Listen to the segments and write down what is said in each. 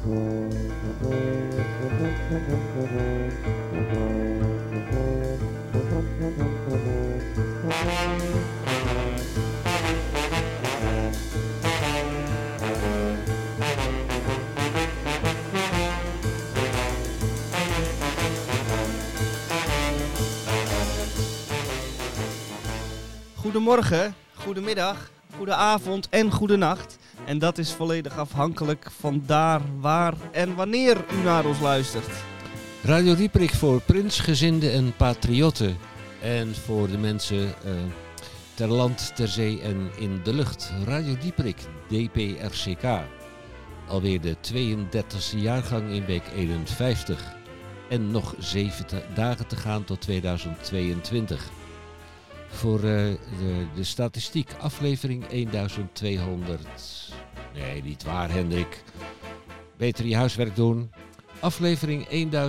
Goedemorgen, goedemiddag, goedenavond en goedenacht. En dat is volledig afhankelijk van daar, waar en wanneer u naar ons luistert. Radio Dieperik voor prinsgezinden en patriotten. En voor de mensen ter land, ter zee en in de lucht. Radio Dieperik, DPRCK. Alweer de 32e jaargang in week 51. En nog 7 dagen te gaan tot 2022. Voor de statistiek, aflevering 1200. Nee, niet waar, Hendrik. Beter je huiswerk doen. Aflevering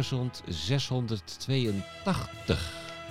1682.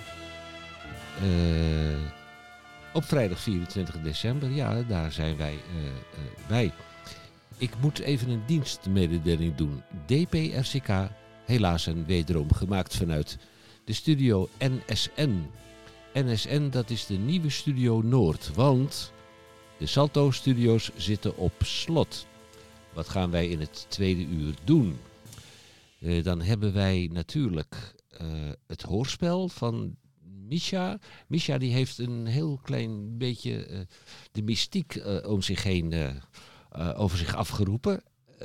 Op vrijdag 24 december, ja, daar zijn wij bij. Ik moet even een dienstmededeling doen. DPRCK, helaas en wederom gemaakt vanuit de studio NSN. NSN, dat is de nieuwe Studio Noord, want de Salto-studio's zitten op slot. Wat gaan wij in het tweede uur doen? Dan hebben wij natuurlijk het hoorspel van Misha. Misha die heeft een heel klein beetje de mystiek om zich heen over zich afgeroepen.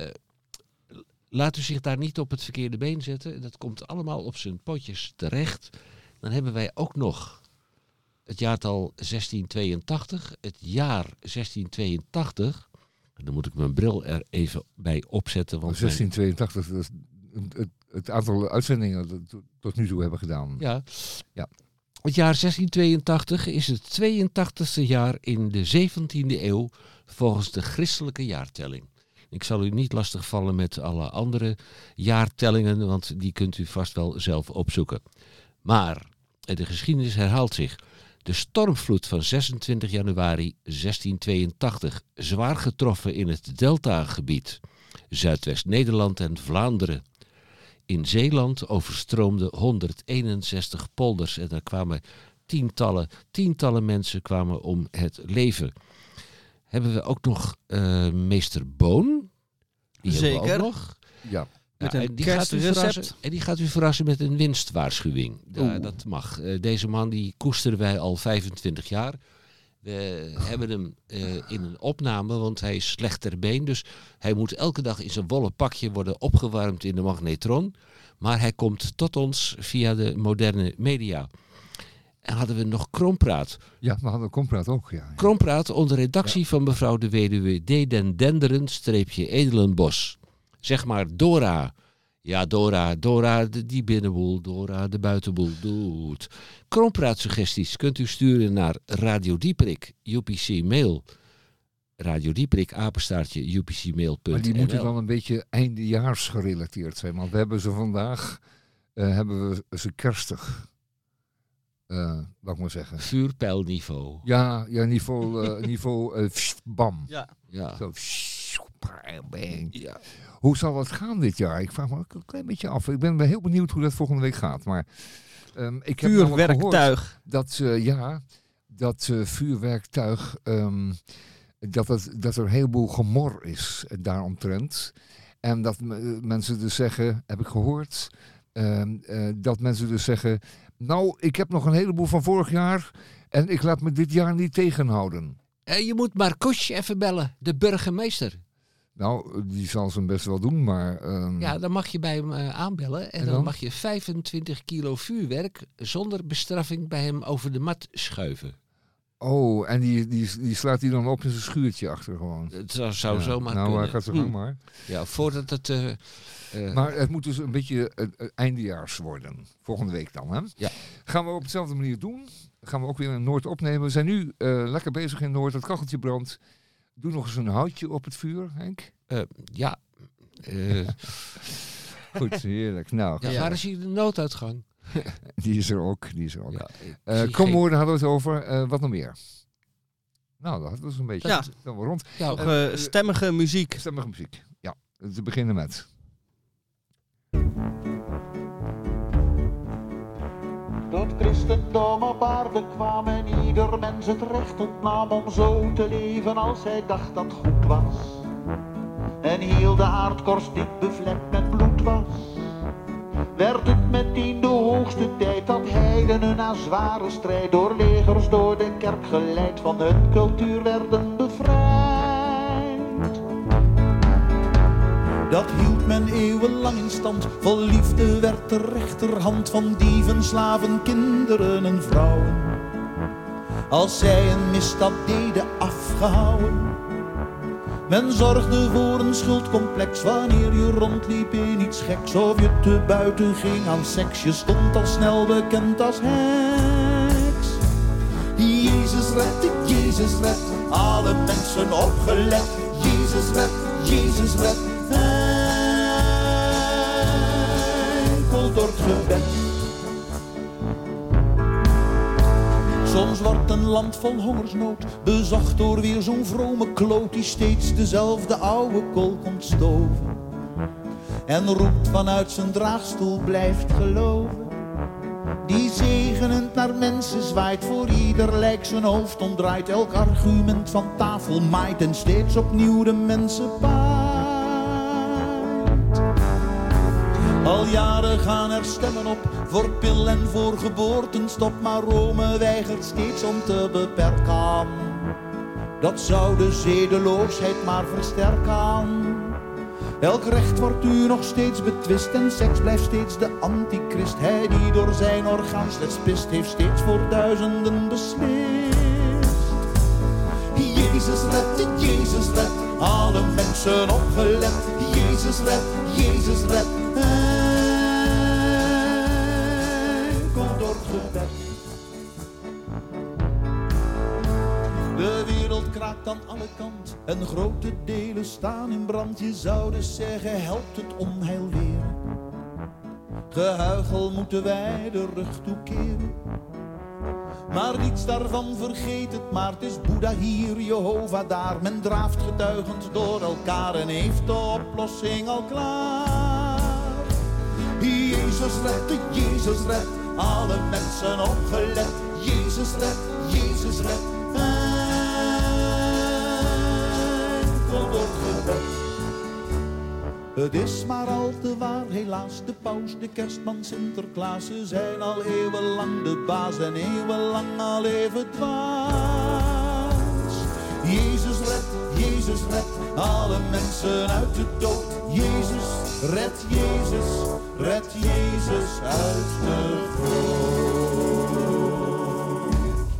Laat u zich daar niet op het verkeerde been zetten. Dat komt allemaal op zijn potjes terecht. Dan hebben wij ook nog het jaartal 1682, het jaar 1682. Dan moet ik mijn bril er even bij opzetten. Want 1682, dat is het aantal uitzendingen dat we tot nu toe hebben gedaan. Ja. Het jaar 1682 is het 82e jaar in de 17e eeuw volgens de christelijke jaartelling. Ik zal u niet lastigvallen met alle andere jaartellingen, want die kunt u vast wel zelf opzoeken. Maar de geschiedenis herhaalt zich. De stormvloed van 26 januari 1682, zwaar getroffen in het Deltagebied, Zuidwest-Nederland en Vlaanderen. In Zeeland overstroomden 161 polders en er kwamen tientallen mensen kwamen om het leven. Hebben we ook nog meester Boon? Die Zeker. Hebben we ook nog. Ja. Met Ja, een en die gaat u kerstrecept. die gaat u verrassen met een winstwaarschuwing. Dat mag. Deze man die koesteren wij al 25 jaar. We hebben hem in een opname, want hij is slecht ter been. Dus hij moet elke dag in zijn wollen pakje worden opgewarmd in de magnetron. Maar hij komt tot ons via de moderne media. En hadden we nog Krompraat. Ja, we hadden Kompraat ook, ja. Krompraat onder redactie van mevrouw de weduwe D. den Denderen -Edelenbos. Zeg maar Dora. Ja, Dora die binnenboel, Dora de buitenboel doet. Krompraatsuggesties kunt u sturen naar Radio Dieperik, UPC Mail. Radio Dieperik, apenstaartje, upcmail.nl. Maar die moeten dan een beetje eindejaars gerelateerd zijn. Want we hebben ze vandaag, hebben we ze kerstig. Wat ik maar zeggen. Vuurpijlniveau. Ja, niveau bam. Ja. Zo, bang. Ja. Hoe zal het gaan dit jaar? Ik vraag me ook een klein beetje af. Ik ben wel heel benieuwd hoe dat volgende week gaat. Maar ik heb namelijk gehoord Vuurwerktuig. dat vuurwerktuig, dat er een heleboel gemor is daaromtrent. En dat mensen dus zeggen, heb ik gehoord, dat mensen dus zeggen, nou, ik heb nog een heleboel van vorig jaar en ik laat me dit jaar niet tegenhouden. Je moet Marcouch even bellen, de burgemeester. Nou, die zal ze hem best wel doen, maar... Ja, dan mag je bij hem aanbellen en dan dan mag je 25 kilo vuurwerk zonder bestraffing bij hem over de mat schuiven. Oh, en die slaat hij dan op in zijn schuurtje achter gewoon. Het zou zomaar nou, kunnen. gaat zo gang maar. Ja, voordat het... Maar het moet dus een beetje eindejaars worden. Volgende week dan, hè? Ja. Gaan we op dezelfde manier doen. Gaan we ook weer in Noord opnemen. We zijn nu lekker bezig in Noord. Het kacheltje brandt. Doe nog eens een houtje op het vuur, Henk. ja. Goed, heerlijk. Nou, Ja, waar is hier de nooduitgang? die is er ook. Ja, Komwoorden hadden we het over. Wat nog meer? Nou, dat was een beetje. Ja. Dan we rond. Ja, Nog stemmige muziek. Stemmige muziek. Ja. te beginnen met. Dat christendom op aarde kwam en ieder mens het recht ontnam om zo te leven als hij dacht dat goed was. En heel de aardkorst dik bevlekt met bloed was. Werd het meteen de hoogste tijd dat heidenen na zware strijd door legers door de kerk geleid van hun cultuur werden bevrijd. Dat hield men eeuwenlang in stand, vol liefde werd de rechterhand van dieven, slaven, kinderen en vrouwen, als zij een misstap deden, afgehouden. Men zorgde voor een schuldcomplex wanneer je rondliep in iets geks of je te buiten ging aan seks. Je stond al snel bekend als heks. Jezus red, alle mensen opgelet. Jezus red, enkel door het gebed. Soms wordt een land vol hongersnood bezocht door weer zo'n vrome kloot die steeds dezelfde oude kool komt stoven en roept vanuit zijn draagstoel blijft geloven. Die zegenend naar mensen zwaait, voor ieder lijk zijn hoofd omdraait, elk argument van tafel maait en steeds opnieuw de mensen paait. Al jaren gaan er stemmen op voor pil en voor geboortenstop, maar Rome weigert steeds om te beperken. Dat zou de zedeloosheid maar versterken. Elk recht wordt u nog steeds betwist en seks blijft steeds de antichrist. Hij die door zijn orgaan slechts pist, heeft steeds voor duizenden beslist. Jezus red, alle mensen opgelet. Jezus red, enkel door het gebed. De wereld kraakt aan alle kanten en grote delen staan in brand. Je zou dus zeggen, helpt het onheil weer. Gehuichel moeten wij de rug toekeren. Maar niets daarvan vergeet het maar, het is Boeddha hier, Jehovah daar. Men draaft getuigend door elkaar en heeft de oplossing al klaar. Jezus red, alle mensen opgelet. Jezus red, enkel door het gebed. Het is maar al te waar, helaas, de paus, de kerstman, Sinterklaas, ze zijn al eeuwenlang de baas en eeuwenlang al even dwaas. Jezus red, alle mensen uit de dood. Jezus red Jezus uit de goot.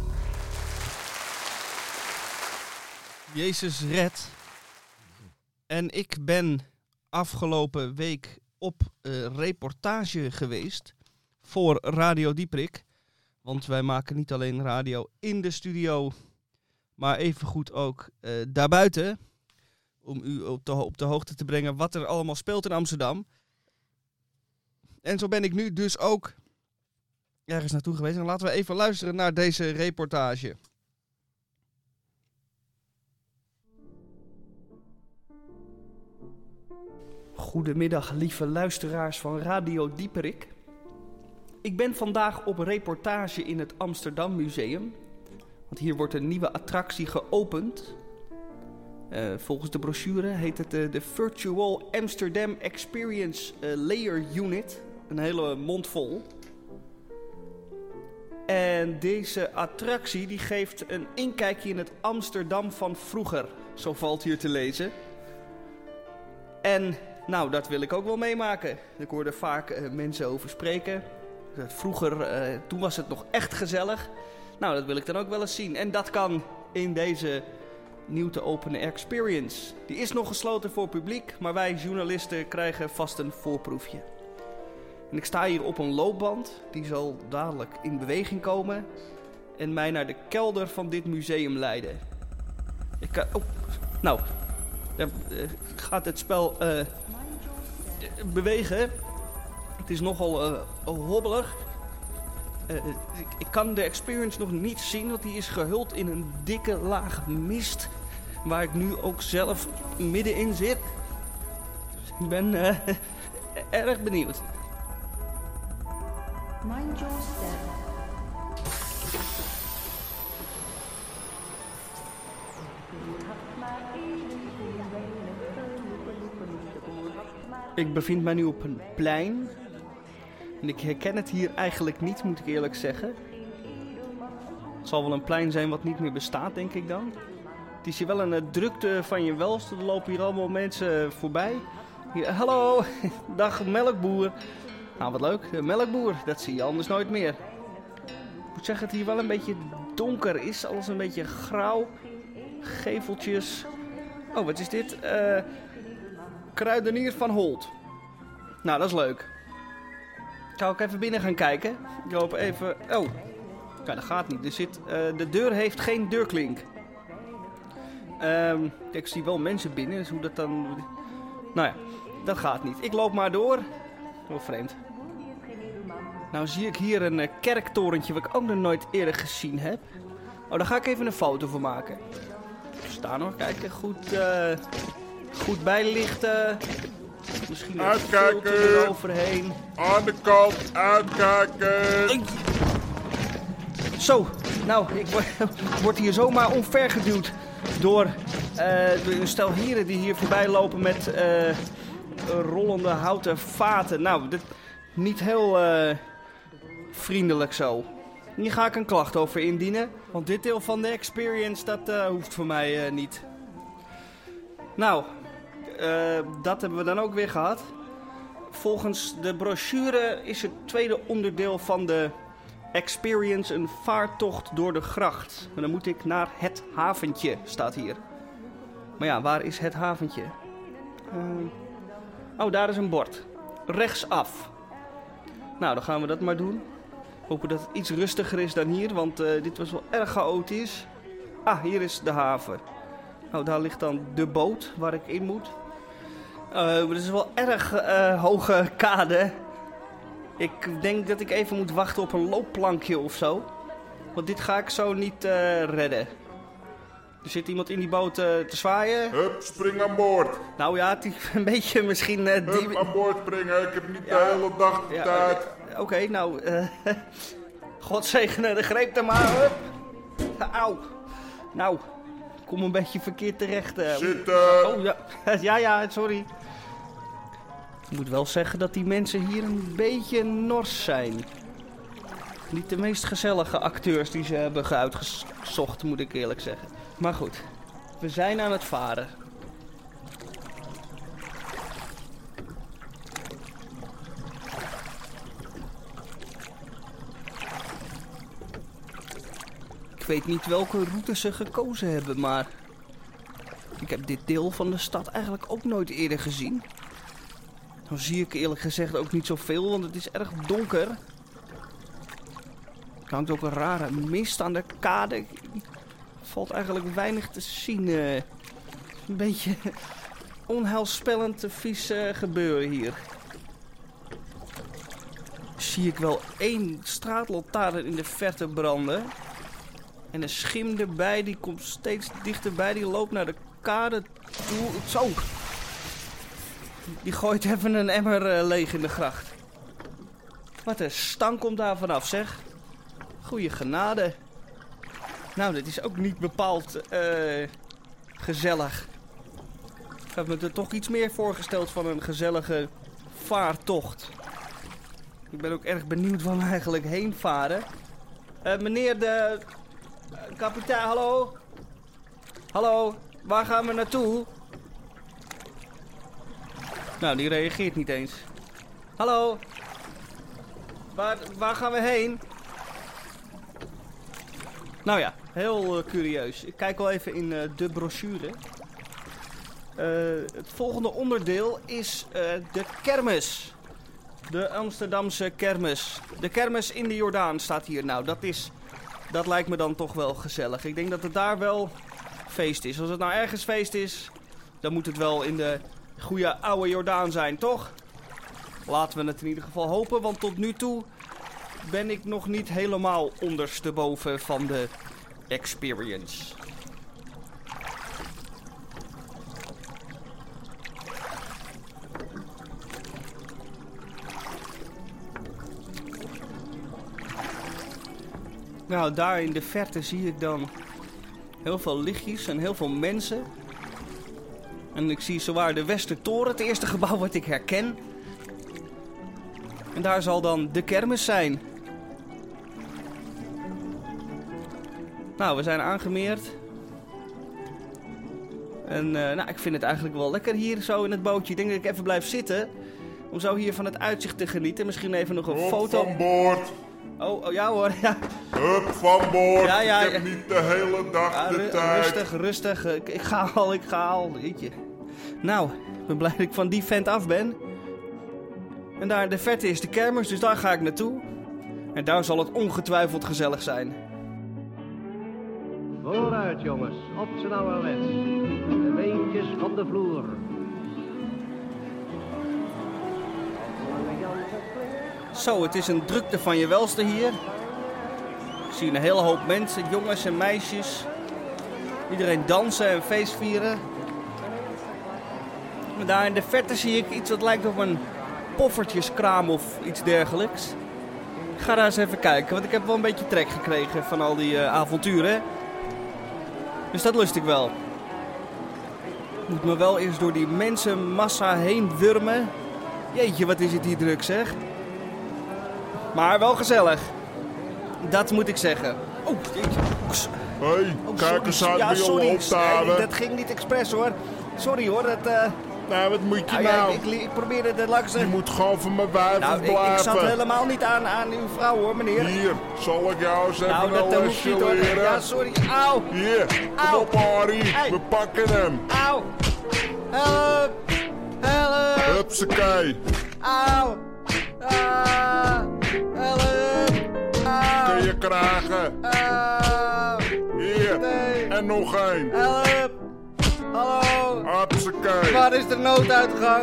Jezus red. En ik ben afgelopen week op reportage geweest voor Radio Dieprik. Want wij maken niet alleen radio in de studio, maar evengoed ook daarbuiten. Om u op de hoogte te brengen wat er allemaal speelt in Amsterdam. En zo ben ik nu dus ook ergens naartoe geweest. En laten we even luisteren naar deze reportage. Goedemiddag, lieve luisteraars van Radio Dieperik. Ik ben vandaag op reportage in het Amsterdam Museum. Want hier wordt een nieuwe attractie geopend. Volgens de brochure heet het de Virtual Amsterdam Experience Layer Unit. Een hele mond vol. En deze attractie die geeft een inkijkje in het Amsterdam van vroeger. Zo valt hier te lezen. En nou, dat wil ik ook wel meemaken. Ik hoor er vaak mensen over spreken. Vroeger, toen was het nog echt gezellig. Nou, dat wil ik dan ook wel eens zien. En dat kan in deze nieuw te openen experience. Die is nog gesloten voor publiek, maar wij journalisten krijgen vast een voorproefje. En ik sta hier op een loopband. Die zal dadelijk in beweging komen en mij naar de kelder van dit museum leiden. Gaat het spel bewegen. Het is nogal hobbelig. Ik kan de experience nog niet zien, want die is gehuld in een dikke laag mist, waar ik nu ook zelf middenin zit. Ik ben erg benieuwd. Mind your step. Ik bevind mij nu op een plein. En ik herken het hier eigenlijk niet, moet ik eerlijk zeggen. Het zal wel een plein zijn wat niet meer bestaat, denk ik dan. Het is hier wel een drukte van je welste. Er lopen hier allemaal mensen voorbij. Hier, hallo, dag melkboer. Nou, wat leuk, melkboer, dat zie je anders nooit meer. Ik moet zeggen dat het hier wel een beetje donker is. Alles een beetje grauw. Geveltjes. Oh, wat is dit? Kruidenier van Holt. Nou, dat is leuk. Ik ga ook even binnen gaan kijken. Ik loop even... Oh, ja, dat gaat niet. De deur heeft geen deurklink. Kijk, ik zie wel mensen binnen, dus hoe dat dan... Nou ja, dat gaat niet. Ik loop maar door. Oh, vreemd. Nou zie ik hier een kerktorentje wat ik ook nog nooit eerder gezien heb. Oh, daar ga ik even een foto van maken. Staan nog, kijken, goed bijlichten. Misschien een filter eroverheen. Aan de kant, uitkijken! Zo, nou, ik word hier zomaar omvergeduwd door een stel heren die hier voorbij lopen met rollende houten vaten. Nou, dit niet heel vriendelijk zo. Hier ga ik een klacht over indienen, want dit deel van de experience, dat hoeft voor mij niet. Nou, dat hebben we dan ook weer gehad. Volgens de brochure is het tweede onderdeel van de experience een vaartocht door de gracht. En dan moet ik naar het haventje, staat hier. Maar ja, waar is het haventje? Oh, daar is een bord. Rechtsaf. Nou, dan gaan we dat maar doen. Hopen dat het iets rustiger is dan hier, want dit was wel erg chaotisch. Ah, hier is de haven. Nou, daar ligt dan de boot waar ik in moet. Het is wel erg hoge kade. Ik denk dat ik even moet wachten op een loopplankje of zo. Want dit ga ik zo niet redden. Er zit iemand in die boot te zwaaien. Hup, spring aan boord. Nou ja, het is een beetje misschien... Hup, aan boord springen. Ik heb niet de hele dag de tijd. Oké, nou... God zegene de greep er maar. Hup. Auw. Nou, ik kom een beetje verkeerd terecht. Zitten. Oh ja. Ja, sorry. Ik moet wel zeggen dat die mensen hier een beetje nors zijn. Niet de meest gezellige acteurs die ze hebben uitgezocht, moet ik eerlijk zeggen. Maar goed, we zijn aan het varen. Ik weet niet welke route ze gekozen hebben, maar... ik heb dit deel van de stad eigenlijk ook nooit eerder gezien. Dan zie ik eerlijk gezegd ook niet zoveel, want het is erg donker. Er hangt ook een rare mist aan de kade. Er valt eigenlijk weinig te zien. Een beetje onheilspellend vies gebeuren hier. Zie ik wel 1 straatlantaarn in de verte branden. En een schim erbij, die komt steeds dichterbij. Die loopt naar de kade toe. Zo! Die gooit even een emmer leeg in de gracht. Wat een stank komt daar vanaf, zeg. Goeie genade. Nou, dit is ook niet bepaald gezellig. Ik heb me er toch iets meer voorgesteld van een gezellige vaartocht. Ik ben ook erg benieuwd waar we eigenlijk heen varen. Meneer de... kapitein, hallo? Hallo, waar gaan we naartoe? Nou, die reageert niet eens. Hallo? Waar gaan we heen? Nou ja, heel curieus. Ik kijk wel even in de brochure. Het volgende onderdeel is de kermis. De Amsterdamse kermis. De kermis in de Jordaan staat hier. Nou, dat lijkt me dan toch wel gezellig. Ik denk dat het daar wel feest is. Als het nou ergens feest is, dan moet het wel in de goede oude Jordaan zijn, toch? Laten we het in ieder geval hopen, want tot nu toe ben ik nog niet helemaal ondersteboven van de experience. Nou, daar in de verte zie ik dan heel veel lichtjes en heel veel mensen. En ik zie zowaar de Westertoren, het eerste gebouw wat ik herken. En daar zal dan de kermis zijn. Nou, we zijn aangemeerd. En ik vind het eigenlijk wel lekker hier zo in het bootje. Ik denk dat ik even blijf zitten. Om zo hier van het uitzicht te genieten. Misschien even nog een foto. Van boord. Oh, ja hoor. Ja. Hup, van boord. Ja. Ik heb niet de hele dag de tijd. Rustig. Ik ga al. Weet je. Nou, ik ben blij dat ik van die vent af ben. En daar in de verte is de kermis, dus daar ga ik naartoe. En daar zal het ongetwijfeld gezellig zijn. Vooruit jongens, op z'n ouderwets. De beentjes van de vloer. Zo, het is een drukte van je welste hier. Ik zie een hele hoop mensen, jongens en meisjes. Iedereen dansen en feestvieren. En daar in de verte zie ik iets wat lijkt op een poffertjeskraam of iets dergelijks. Ik ga daar eens even kijken, want ik heb wel een beetje trek gekregen van al die avonturen. Dus dat lust ik wel. Ik moet me wel eerst door die mensenmassa heen wurmen. Jeetje, wat is het hier druk zeg. Maar wel gezellig. Dat moet ik zeggen. Oh, jeetje. Hé, kijk eens uit bij jou opstaan. Nee, dat ging niet expres hoor. Sorry hoor, dat... Nou, wat moet je Ja, nou? ik probeerde het langs... Je moet gewoon van mijn wijf blijven. Ik zat helemaal niet aan uw vrouw hoor, meneer. Hier, zal ik jou eens even Nou, dat een hoeft lesje niet hoor. leren? Ja, sorry. Auw. Hier, kom Auw. op Harry, Hey. we pakken hem. Auw. Help. Help. Hupsakee. Auw. Help. Auw. Kun je krijgen. Auw. Hier, Nee. en nog één. Help. Hallo. Hupsakee. Waar is de nooduitgang?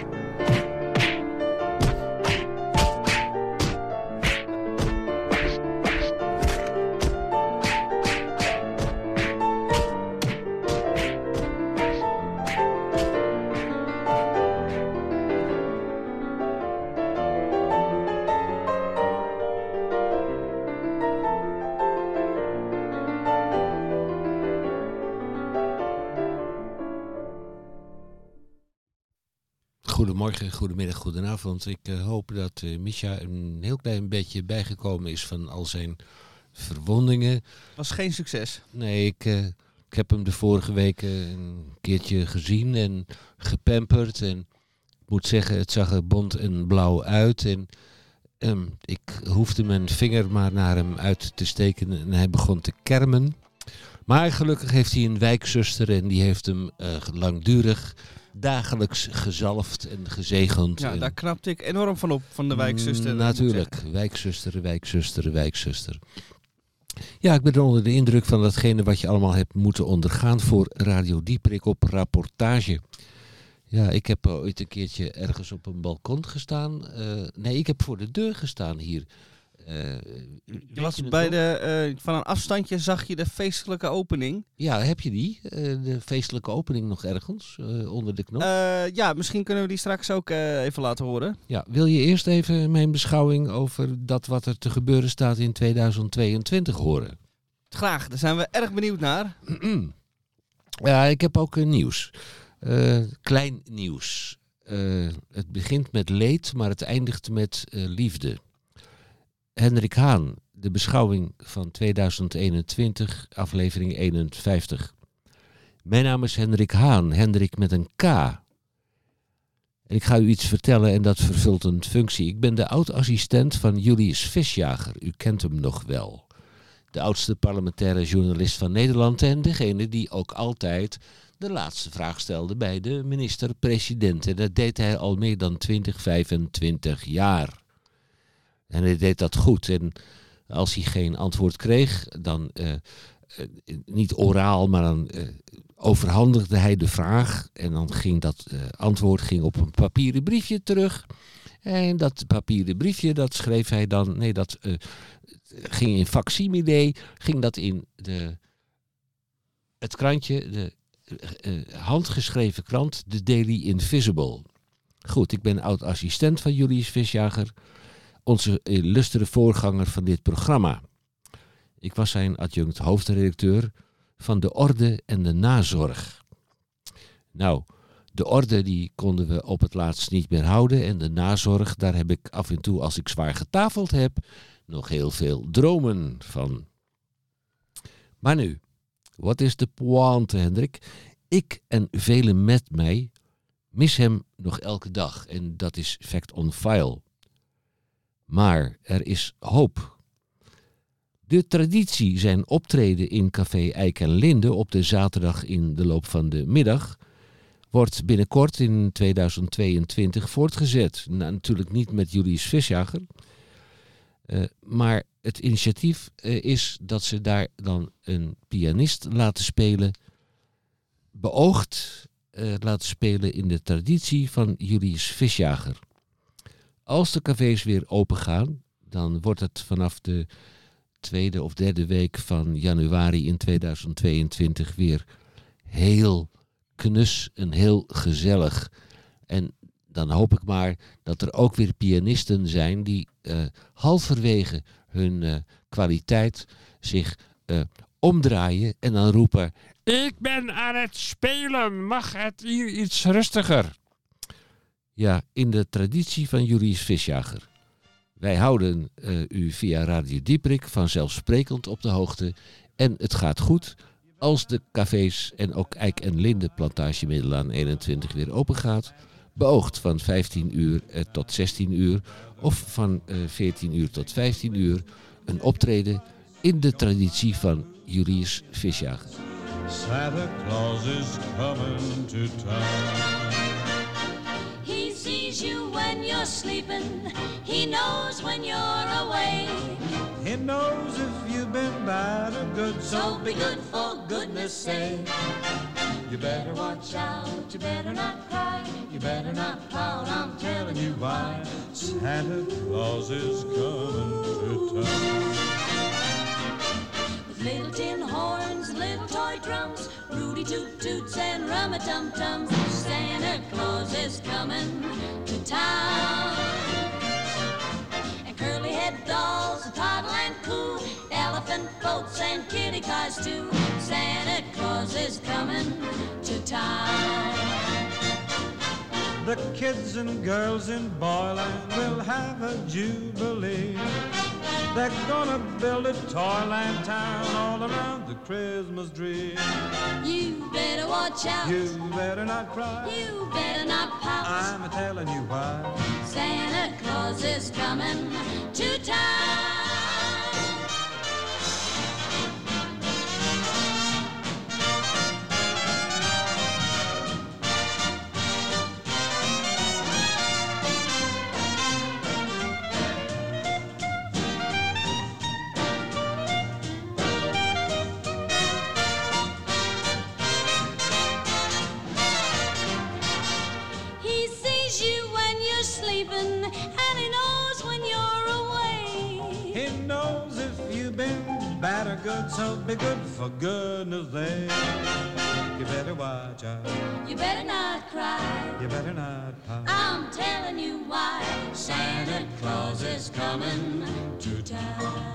Goedemorgen, goedemiddag, goedenavond. Ik hoop dat Misha een heel klein beetje bijgekomen is van al zijn verwondingen. Was geen succes. Nee, ik heb hem de vorige weken een keertje gezien en gepamperd. En ik moet zeggen, het zag er bont en blauw uit. En ik hoefde mijn vinger maar naar hem uit te steken en hij begon te kermen. Maar gelukkig heeft hij een wijkzuster en die heeft hem langdurig... dagelijks gezalfd en gezegend. Ja, daar knapte ik enorm van op, van de wijkzuster. Natuurlijk, wijkzuster. Ja, ik ben onder de indruk van datgene wat je allemaal hebt moeten ondergaan voor Radio Dieprik op rapportage. Ja, ik heb ooit een keertje ergens op een balkon gestaan. Nee, ik heb voor de deur gestaan hier. Je was bij van een afstandje zag je de feestelijke opening. Ja, heb je die? De feestelijke opening nog ergens onder de knop? Ja, misschien kunnen we die straks ook even laten horen. Ja, wil je eerst even mijn beschouwing over dat wat er te gebeuren staat in 2022 horen? Graag, daar zijn we erg benieuwd naar. Ja, ik heb ook nieuws. Klein nieuws. Het begint met leed, maar het eindigt met liefde. Hendrik Haan, de beschouwing van 2021, aflevering 51. Mijn naam is Hendrik Haan, Hendrik met een K. En ik ga u iets vertellen en dat vervult een functie. Ik ben de oud-assistent van Julius Visjager. U kent hem nog wel. De oudste parlementaire journalist van Nederland en degene die ook altijd de laatste vraag stelde bij de minister-president. En dat deed hij al meer dan 25 jaar. En hij deed dat goed. En als hij geen antwoord kreeg, dan niet oraal, maar dan overhandigde hij de vraag. En dan ging dat antwoord op een papieren briefje terug. En dat papieren briefje, dat schreef hij dan... Nee, dat ging in facsimile, ging dat in het krantje, de handgeschreven krant, de Daily Invisible. Goed, ik ben oud-assistent van Julius Visjager, onze illustere voorganger van dit programma. Ik was zijn adjunct hoofdredacteur van de orde en de nazorg. Nou, de orde die konden we op het laatst niet meer houden en de nazorg, daar heb ik af en toe, als ik zwaar getafeld heb, nog heel veel dromen van. Maar nu, wat is de pointe, Hendrik? Ik en velen met mij mis hem nog elke dag en dat is fact on file. Maar er is hoop. De traditie zijn optreden in Café Eik en Linde op de zaterdag in de loop van de middag wordt binnenkort in 2022 voortgezet. Nou, natuurlijk niet met Julius Visjager. Maar het initiatief is dat ze daar dan een pianist laten spelen. Beoogd laten spelen in de traditie van Julius Visjager. Als de cafés weer open gaan, dan wordt het vanaf de 2e of 3e week van januari in 2022 weer heel knus en heel gezellig. En dan hoop ik maar dat er ook weer pianisten zijn die halverwege hun kwaliteit zich omdraaien en dan roepen: ik ben aan het spelen, mag het hier iets rustiger? Ja, in de traditie van Julius Visjager. Wij houden u via Radio Dieprik vanzelfsprekend op de hoogte en het gaat goed als de cafés en ook Eik en Linde Plantage Middelaan 21 weer open gaat. Beoogd van 15 uur tot 16 uur of van 14 uur tot 15 uur een optreden in de traditie van Julius Visjager. Santa Claus is coming to town. He sees you when you're sleeping. He knows when you're away. He knows if you've been bad or good, So be good for goodness sake. you better Watch out, you better not cry. You better not pout, I'm telling you why. Santa Claus is coming to town. With little tin horns, little toy drums, Rudy Toot Toots and Rum-a-Tum-Tums, Santa Claus is coming to town. And curly-head dolls, a toddle and coo, elephant boats and kitty cars too. Santa Claus is coming to town. The kids and girls in Boyland will have a jubilee. They're gonna build a toyland town all around the Christmas tree. You better watch out. You better not cry. You better not pout. I'm telling you why. Santa Claus is coming to town. He sees you when you're sleeping, and he knows when you're away. He knows if you've been bad or good, so be good for goodness sake. You better watch out. You better not cry. You better not pout. I'm telling you why. Santa Claus is coming to town.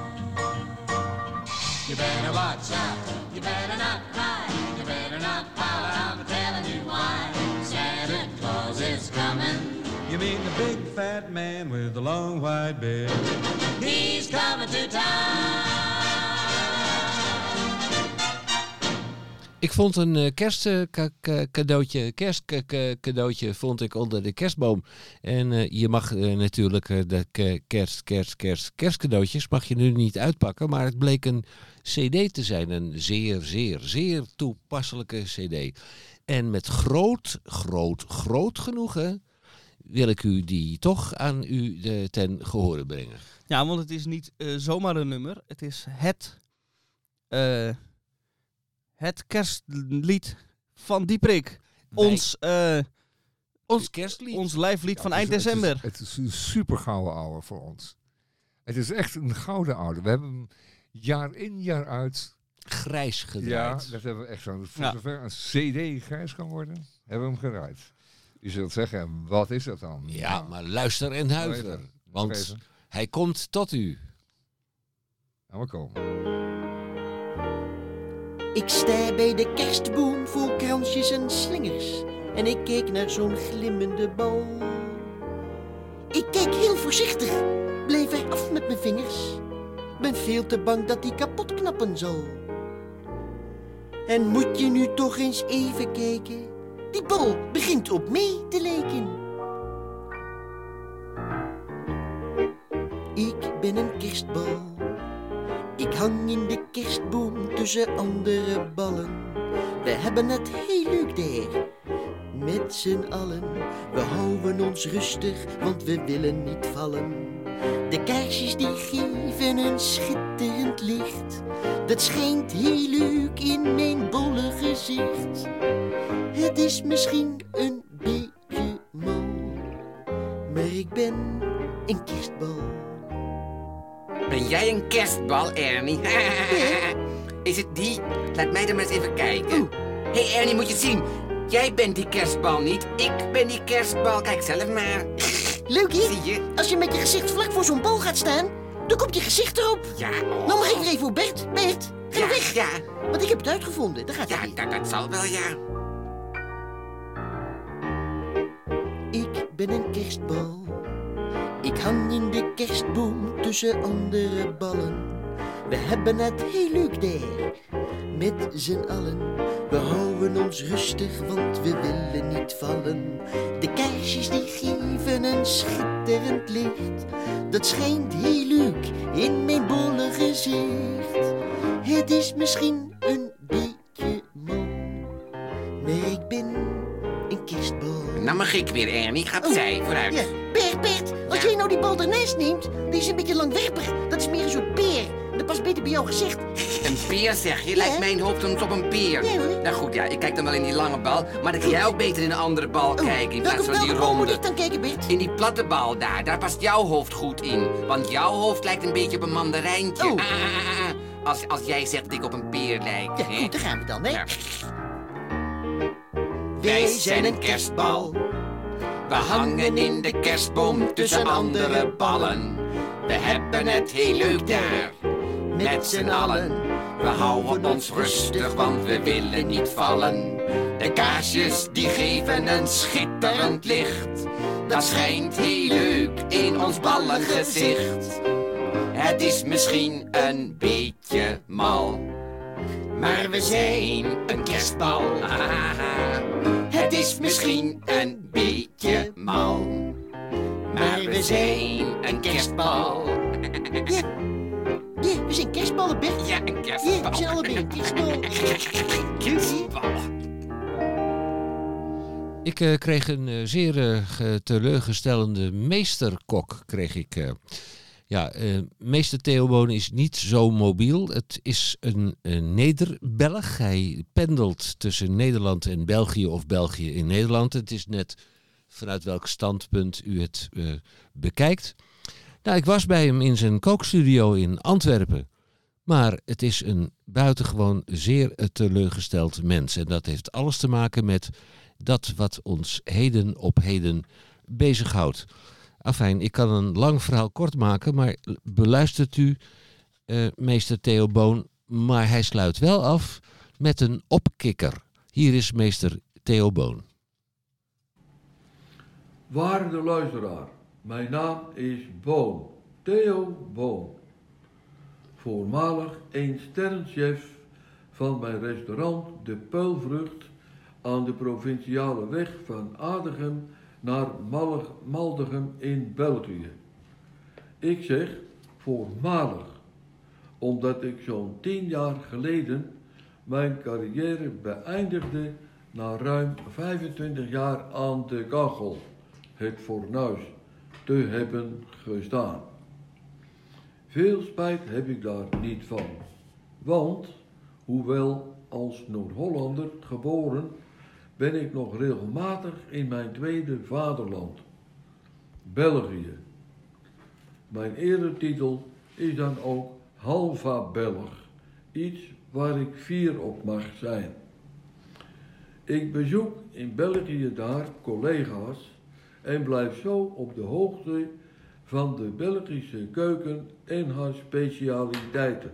You better watch out. You better not cry. You better not pout. I'm telling you why. Santa Claus is coming. You mean the big fat man with the long white beard? He's coming to town. Ik vond een kerstcadeautje vond ik onder de kerstboom. En je mag natuurlijk de kerstcadeautjes mag je nu niet uitpakken. Maar het bleek een cd te zijn. Een zeer toepasselijke cd. En met groot genoegen wil ik u die toch aan u ten gehore brengen. Ja, want het is niet zomaar een nummer. Het is het kerstlied van Dieprik. Ons kerstlied. Ons lijflied van eind december. Het is een super gouden ouwe voor ons. Het is echt een gouden ouwe. We hebben hem jaar in jaar uit Grijs Ja, gedraaid. dat hebben we echt zo. Voor Ja. zover een CD grijs kan worden, hebben we hem gedraaid. Je zult zeggen, wat is dat dan? Ja, Nou, maar luister en huiver. even. Want Even. hij komt tot u. Gaan we komen. Ik sta bij de kerstboom vol kransjes en slingers en ik keek naar zo'n glimmende bal. Ik keek heel voorzichtig, bleef er af met mijn vingers. Ben veel te bang dat die kapot knappen zal. En moet je nu toch eens even kijken, die bal begint op mij te lijken. Ik ben een kerstbal. Ik hang in de kerstboom tussen andere ballen. We hebben het heel leuk daar, met z'n allen. We houden ons rustig, want we willen niet vallen. De kaarsjes die geven een schitterend licht. Dat schijnt heel leuk in mijn bolle gezicht. Het is misschien een beetje mal, maar ik ben een kerstbal. Ben jij een kerstbal, Ernie? Is het die? Laat mij er maar eens even kijken. Hé, hey, Ernie, moet je zien. Jij bent die kerstbal niet. Ik ben die kerstbal. Kijk zelf maar. Leuk, hè? Zie je? Als je met je gezicht vlak voor zo'n bal gaat staan, dan komt je gezicht erop. Ja, Nou mag ik er even voor Bert. Bert, ga ja, weg. Ja. Want ik heb het uitgevonden. Dat gaat Ja, niet. dat zal wel, ja. Ik ben een kerstbal. Ik hang in de kerstboom tussen andere ballen. We hebben het heel leuk daar, met z'n allen. We houden ons rustig, want we willen niet vallen. De kaarsjes die geven een schitterend licht. Dat schijnt heel leuk in mijn bolle gezicht. Het is misschien een beetje mal, maar ik ben een kerstbal. Nou mag ik weer, Ernie. Ga opzij, vooruit. Ja, Bert, als jij nou die bal ernaast neemt, die is een beetje langwerpig. Dat is meer een soort peer. Dat past beter bij jouw gezicht. Een peer, zeg je? Ja. Lijkt mijn hoofd soms op een peer. Ja, hoor. Nou goed, ja, ik kijk dan wel in die lange bal. Maar dan kan jij ook beter in een andere bal kijken in plaats van die welke bal moet ronde. ik dan kijken, Bert? In die platte bal daar past jouw hoofd goed in. Want jouw hoofd lijkt een beetje op een mandarijntje. Oh. Als jij zegt dat ik op een peer lijk. Ja, hè? goed, daar gaan we dan, hè? Ja. Wij zijn een kerstbal. We hangen in de kerstboom tussen andere ballen. We hebben het heel leuk daar, met z'n allen. We houden ons rustig, want we willen niet vallen. De kaarsjes die geven een schitterend licht. Dat schijnt heel leuk in ons ballengezicht. Het is misschien een beetje mal, maar we zijn een kerstbal. Het is misschien een beetje mal, maar we zijn een kerstbal. Ja, we zijn kerstballen, Bert. Ja, een Ja, kerstbal. we zijn allebei een kerstbal. Kerstbal. Ik kreeg een zeer teleurstellende meesterkok. Meester Theo Boon is niet zo mobiel. Het is een Neder-Belg. Hij pendelt tussen Nederland en België of België in Nederland. Het is net vanuit welk standpunt u het bekijkt. Nou, ik was bij hem in zijn kookstudio in Antwerpen. Maar het is een buitengewoon zeer teleurgesteld mens. En dat heeft alles te maken met dat wat ons heden op heden bezighoudt. Afijn, ik kan een lang verhaal kort maken, maar beluistert u meester Theo Boon. Maar hij sluit wel af met een opkikker. Hier is meester Theo Boon. Waarde luisteraar, mijn naam is Boon, Theo Boon. Voormalig 1-sterrenchef van mijn restaurant De Peulvrucht aan de provinciale weg van Adegem naar Maldegem in België. Ik zeg voormalig, omdat ik zo'n 10 jaar geleden mijn carrière beëindigde na ruim 25 jaar aan de kachel, het fornuis, te hebben gestaan. Veel spijt heb ik daar niet van, want hoewel als Noord-Hollander geboren, ben ik nog regelmatig in mijn tweede vaderland, België. Mijn eretitel is dan ook Halva Belg, iets waar ik fier op mag zijn. Ik bezoek in België daar collega's en blijf zo op de hoogte van de Belgische keuken en haar specialiteiten.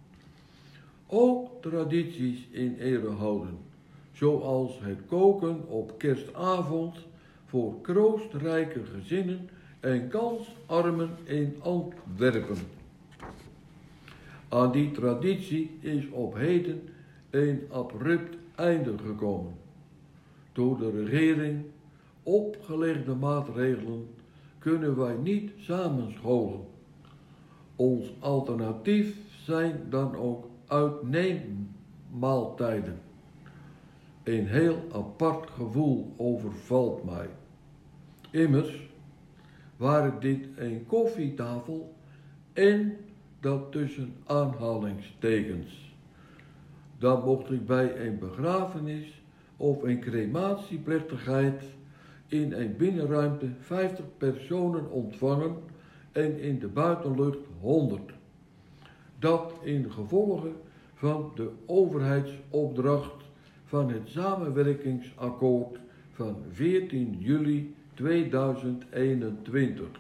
Ook tradities in ere houden, zoals het koken op kerstavond voor kroostrijke gezinnen en kansarmen in Antwerpen. Aan die traditie is op heden een abrupt einde gekomen. Door de regering opgelegde maatregelen kunnen wij niet samenscholen. Ons alternatief zijn dan ook uitneemmaaltijden. Een heel apart gevoel overvalt mij. Immers waren dit een koffietafel en dat tussen aanhalingstekens. Dan mocht ik bij een begrafenis of een crematieplechtigheid in een binnenruimte 50 personen ontvangen en in de buitenlucht 100. Dat in gevolge van de overheidsopdracht van het samenwerkingsakkoord van 14 juli 2021.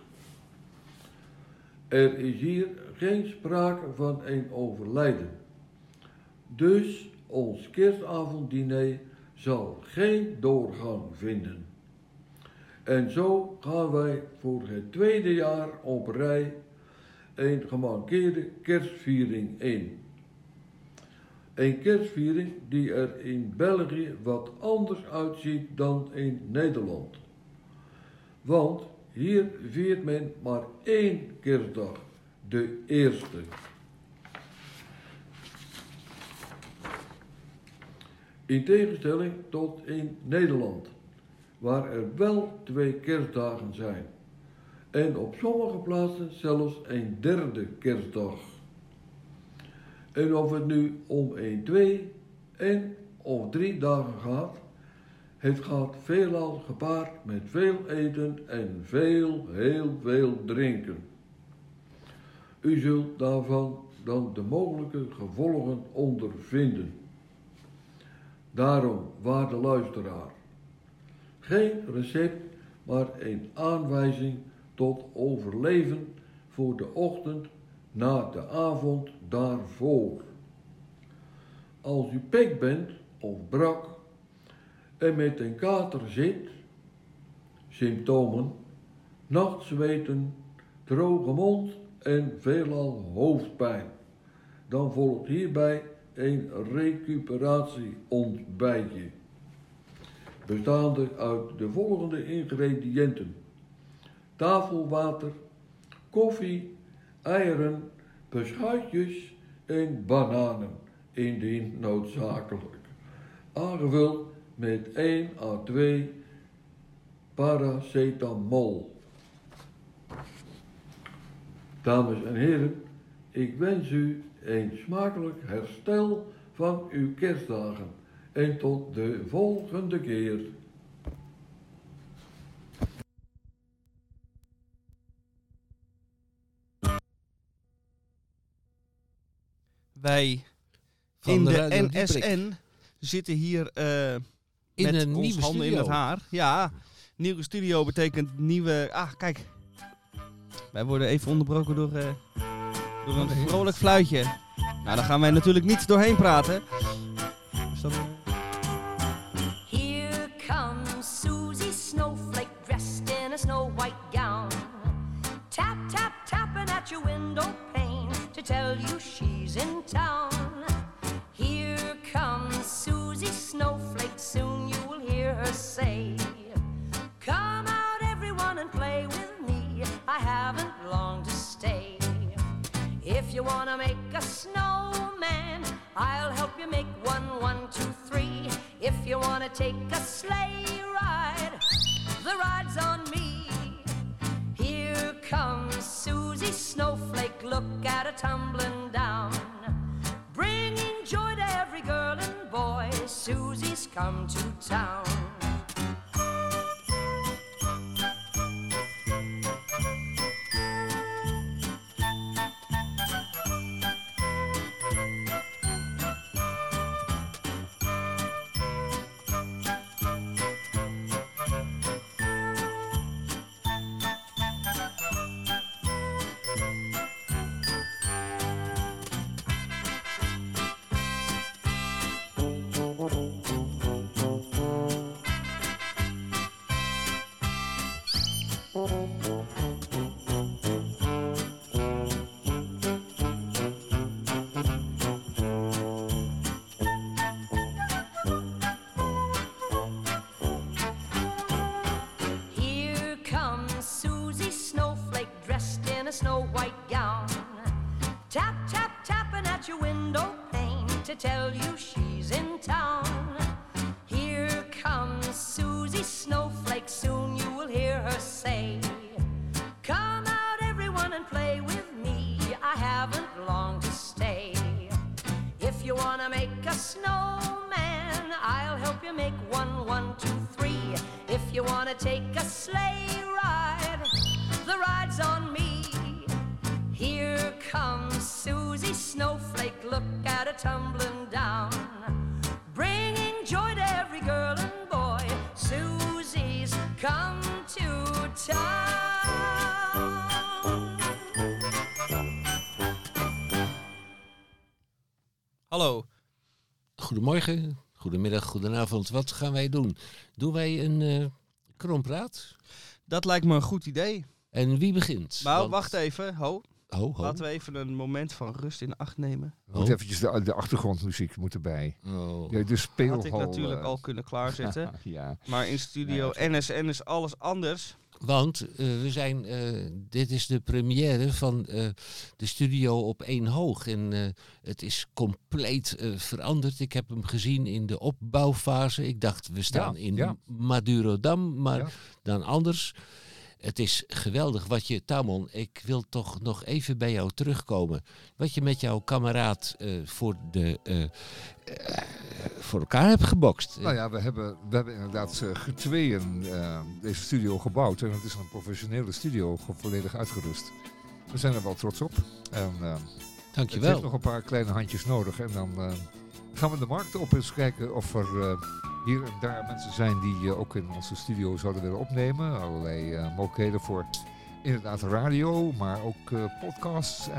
Er is hier geen sprake van een overlijden. Dus ons kerstavonddiner zal geen doorgang vinden. En zo gaan wij voor het tweede jaar op rij een gemankeerde kerstviering in. Een kerstviering die er in België wat anders uitziet dan in Nederland. Want hier viert men maar 1 kerstdag, de eerste. In tegenstelling tot in Nederland, waar er wel 2 kerstdagen zijn. En op sommige plaatsen zelfs een 3e kerstdag. En of het nu om 1, 2 en of 3 dagen gaat, het gaat veelal gepaard met veel eten en heel veel drinken. U zult daarvan dan de mogelijke gevolgen ondervinden. Daarom, waarde luisteraar, geen recept, maar een aanwijzing tot overleven voor de ochtend na de avond daarvoor. Als u pek bent of brak en met een kater zit, symptomen, nachtzweten, droge mond en veelal hoofdpijn, dan volgt hierbij een recuperatieontbijtje, bestaande uit de volgende ingrediënten: tafelwater, koffie, eieren, beschuitjes en bananen, indien noodzakelijk, aangevuld met 1 à 2 paracetamol. Dames en heren, ik wens u een smakelijk herstel van uw kerstdagen en tot de volgende keer. Wij in de NSN zitten hier in met een ons nieuwe handen studio. in het haar. Ja, nieuwe studio betekent nieuwe... Ah, kijk. Wij worden even onderbroken door een vrolijk fluitje. Nou, daar gaan wij natuurlijk niet doorheen praten. Dus dan... Here comes Susie Snowflake dressed in a snow white gown. Tap, tap, tapping at your window pane to tell you she's in town. Here comes Susie Snowflake, soon you will hear her say, come out everyone and play with me, I haven't long to stay. If you wanna make a snowman, I'll help you make one, 1, 2, 3. If you wanna take a sleigh ride, the ride's on me. Here comes Susie Snowflake, look at her tumbling down, bringing joy to every girl and boy. Susie's come to town. Here comes Susie Snowflake dressed in a snow white gown. Tap, tap, tapping at your window pane to tell you she's in town. Here comes Susie Snowflake, soon you will hear her say, come out everyone and play with me, I haven't long to stay. If you wanna make a snowman, I'll help you make one, 1, 2, 3. If you wanna take a sleigh ride, the ride's on me. Here comes Susie Snowflake, look at her tumbling down, bringing joy to every girl and boy. Susie's come to town. Hallo. Goedemorgen, goedemiddag, goedenavond. Wat gaan wij doen? Doen wij een krompraat? Dat lijkt me een goed idee. En wie begint? Nou, wacht even. Ho. Ho. Laten we even een moment van rust in acht nemen. Moet eventjes de achtergrondmuziek moet erbij. Oh. Ja, de speelhal. Had ik natuurlijk al kunnen klaarzetten. Ja. Maar in studio NSN is alles anders. Want we zijn, dit is de première van de studio op 1 Hoog. En het is compleet veranderd. Ik heb hem gezien in de opbouwfase. Ik dacht, we staan in Madurodam, maar dan anders. Het is geweldig wat je, Tamon, ik wil toch nog even bij jou terugkomen. Wat je met jouw kameraad voor elkaar hebt gebokst. Nou ja, we hebben inderdaad getweeën deze studio gebouwd. En het is een professionele studio, volledig uitgerust. We zijn er wel trots op. En, dankjewel. Het heeft nog een paar kleine handjes nodig. En dan gaan we de markt op eens kijken of er hier en daar mensen zijn die ook in onze studio zouden willen opnemen. Allerlei mogelijkheden voor inderdaad radio, maar ook podcasts.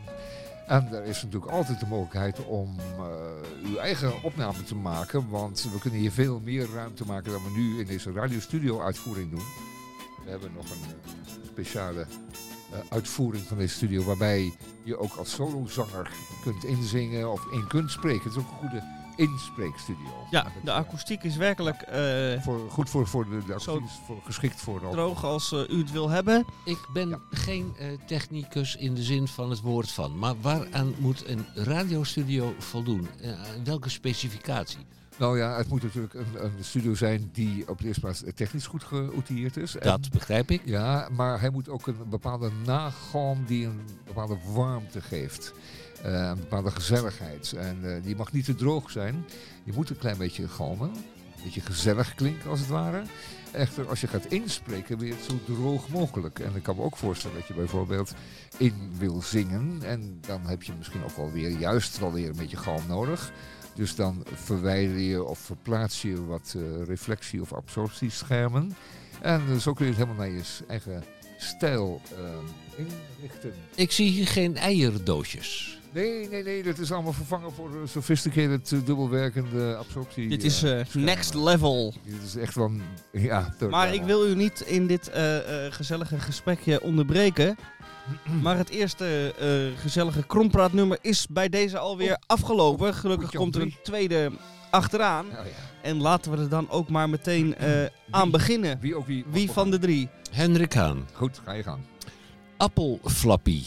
En er is natuurlijk altijd de mogelijkheid om uw eigen opname te maken. Want we kunnen hier veel meer ruimte maken dan we nu in deze radiostudio uitvoering doen. We hebben nog een speciale uitvoering van deze studio waarbij je ook als solozanger kunt inzingen of in kunt spreken. Het is ook een goede inspreekstudio. Ja, de akoestiek is werkelijk goed voor de akoestiek is geschikt voor droog als u het wil hebben. Ik ben geen technicus in de zin van het woord van. Maar waaraan moet een radiostudio voldoen? Welke specificatie? Nou ja, het moet natuurlijk een studio zijn die op de eerste plaats technisch goed geoutilleerd is. Dat begrijp ik. Ja, maar hij moet ook een bepaalde nagalm die een bepaalde warmte geeft. Een bepaalde gezelligheid. En die mag niet te droog zijn. Je moet een klein beetje galmen. Een beetje gezellig klinken als het ware. Echter, als je gaat inspreken, wil je het zo droog mogelijk. En ik kan me ook voorstellen dat je bijvoorbeeld in wil zingen. En dan heb je misschien ook wel weer een beetje galm nodig. Dus dan verwijder je of verplaats je wat reflectie- of absorptieschermen. En zo kun je het helemaal naar je eigen stijl inrichten. Ik zie hier geen eierdoosjes. Nee, dat is allemaal vervangen voor sophisticated dubbelwerkende absorptie. Dit is next level. Dit is echt van, Maar ik wil u niet in dit gezellige gesprekje onderbreken. Maar het eerste gezellige krompraatnummer is bij deze alweer afgelopen. Gelukkig komt er een tweede achteraan. Oh, ja. En laten we er dan ook maar meteen aan beginnen. Wie van de drie? Hendrik Haan. Goed, ga je gang. Appelflappy.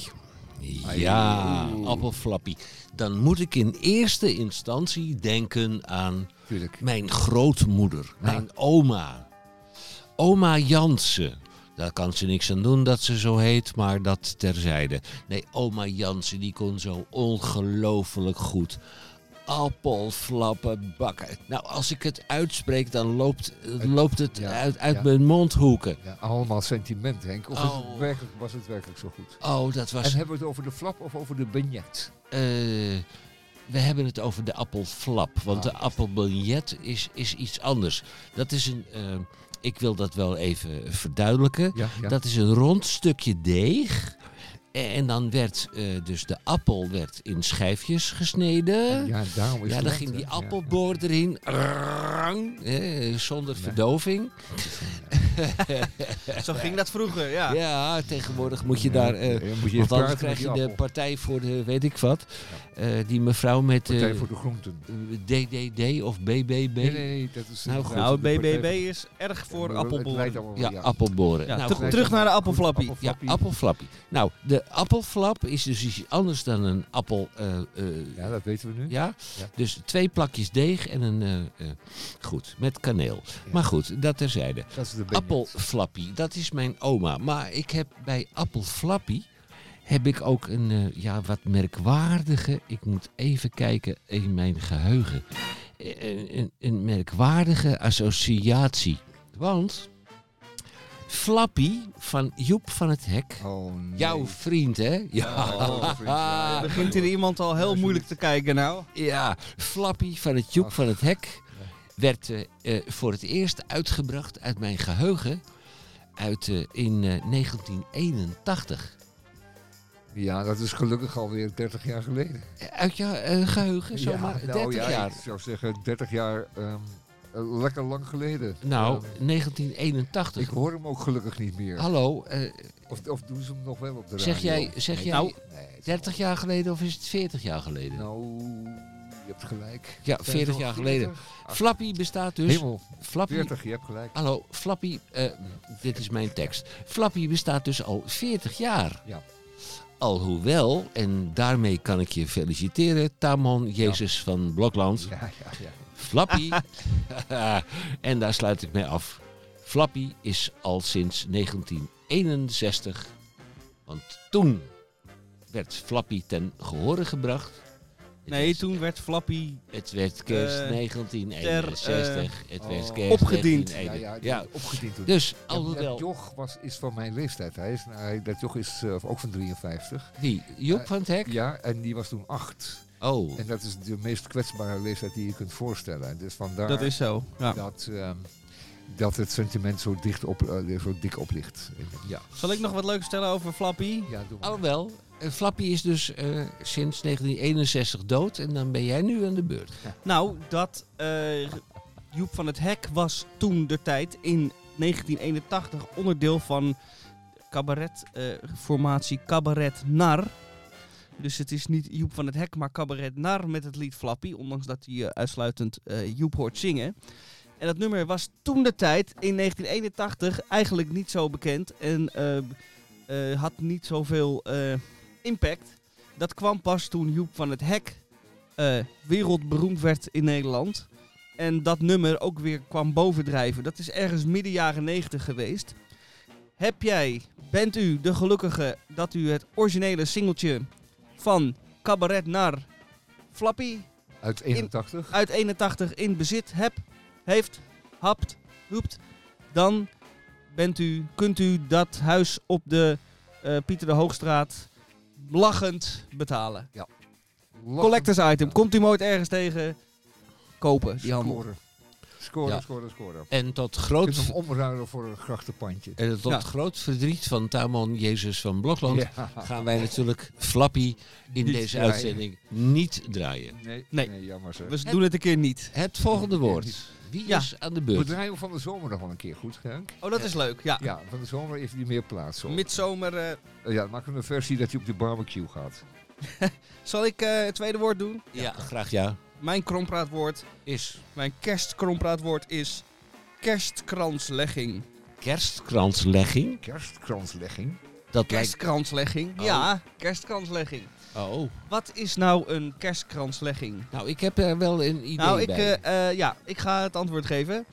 Ja, appelflappy. Dan moet ik in eerste instantie denken aan mijn grootmoeder, mijn oma. Oma Jansen. Daar kan ze niks aan doen dat ze zo heet, maar dat terzijde. Nee, oma Jansen die kon zo ongelooflijk goed appelflappen bakken. Nou, als ik het uitspreek, dan loopt het uit mijn mondhoeken. Ja, allemaal sentiment, Henk. Of was het werkelijk zo goed? Oh, dat was... En hebben we het over de flap of over de beignet? We hebben het over de appelflap, want de appelbeignet is iets anders. Dat is een... ik wil dat wel even verduidelijken. Ja. Dat is een rond stukje deeg. En dan werd dus de appel werd in schijfjes gesneden. Ja, daarom is dan het ging die lente. appelboor erin. Zonder verdoving. Zo ging dat vroeger, ja. Ja, tegenwoordig moet je daar... moet je want anders praten krijg met je die de appel. partij voor de weet ik wat. Die mevrouw met... Partij voor de groenten. DDD of BBB. Nee, dat is... Nou goed. Nou, de partij BBB voor- is erg voor Het lijkt appelboren. allemaal Ja, wel, appelboren. Ja, Nou, goed. terug naar de appelflappie. Ja, appelflappie. Nou, de appelflap is dus iets anders dan een appel. Ja, dat weten we nu. Ja? Ja. Dus 2 plakjes deeg en een... goed, met kaneel. Maar goed, dat terzijde. Dat is de beignet. Appelflappie, dat is mijn oma. Maar ik heb bij appelflappie... heb ik ook een wat merkwaardige... Ik moet even kijken in mijn geheugen. Een merkwaardige associatie. Want... Flappy van Joep van het Hek. Oh, nee. Jouw vriend, hè? Ja. Oh, vriend, ja. Begint hier iemand al heel moeilijk te kijken nou. Ja, Flappy van het Joep van het Hek werd voor het eerst uitgebracht uit mijn geheugen in 1981. Ja, dat is gelukkig alweer 30 jaar geleden. Uit je geheugen, zomaar 30 jaar. Ik zou zeggen 30 jaar, lekker lang geleden. Nou, 1981. Ik hoor hem ook gelukkig niet meer. Hallo, Of doen ze hem nog wel op de radio? zeg jij Nou, 30 jaar geleden of is het 40 jaar geleden? Nou, je hebt gelijk. Ja, 40 jaar geleden. Flappy bestaat dus... Hemel, Flappy, 40, je hebt gelijk. Hallo, Flappy, dit is mijn tekst. Flappy bestaat dus al 40 jaar. Ja. Alhoewel, en daarmee kan ik je feliciteren, Tamon Jezus van Blokland. Ja. Flappy, en daar sluit ik mee af. Flappy is al sinds 1961, want toen werd Flappy ten gehore gebracht. Nee, toen werd Flappy Het werd kerst 1961. Het werd kerst opgediend. 1961. Ja, opgediend toen. Dus, Dat alhoewel... joch is van mijn leeftijd. Dat joch is ook van 53. Wie? Joep van het Hek? Ja, en die was toen 8. Oh. En dat is de meest kwetsbare leeftijd die je kunt voorstellen. Dus vandaar Dat is zo, ja. dat het sentiment zo dik op ligt. Ja. Zal ik nog wat leuks vertellen over Flappy? Ja, doe maar. Alhoewel, Flappy is dus sinds 1961 dood en dan ben jij nu aan de beurt. Nou, dat Joep van het Hek was toen de tijd in 1981 onderdeel van cabaretformatie Cabaret Nar. Dus het is niet Joep van het Hek, maar Cabaret Nar met het lied Flappy. Ondanks dat hij uitsluitend Joep hoort zingen. En dat nummer was toen de tijd in 1981 eigenlijk niet zo bekend. En had niet zoveel impact. Dat kwam pas toen Joep van het Hek wereldberoemd werd in Nederland. En dat nummer ook weer kwam bovendrijven. Dat is ergens midden jaren 90 geweest. Bent u de gelukkige dat u het originele singeltje van Cabaret Nar Flappy Uit 81? uit 81 in bezit hoept, dan kunt u dat huis op de Pieter de Hoogstraat lachend betalen. Ja. Collectors item. Komt u hem ooit ergens tegen? Kopen, die handel. Scoren. En tot Je groot... kunt hem omruilen voor een grachtenpandje. En tot groot verdriet van Tamon Jezus van Blokland Ja. gaan wij natuurlijk Flappy in Niet deze draaien. uitzending niet draaien. Nee, jammer zeg. We doen het een keer niet. Het volgende woord. Wie is aan de We beurt? draaien van de zomer nog wel een keer goed, Henk. Oh, dat is leuk, ja. Ja, van de zomer heeft hij meer plaats. Zo. Midzomer. Ja, dan maken we een versie dat hij op de barbecue gaat. Zal ik het tweede woord doen? Ja, graag ja. Mijn krompraatwoord Is Mijn kerstkrompraatwoord is kerstkranslegging. kerstkranslegging. Kerstkranslegging. Dat lijkt... Kerstkranslegging? Oh. Ja, kerstkranslegging. Oh. Wat is nou een kerstkranslegging? Nou, ik heb er wel een idee Nou, bij. ik ga het antwoord geven.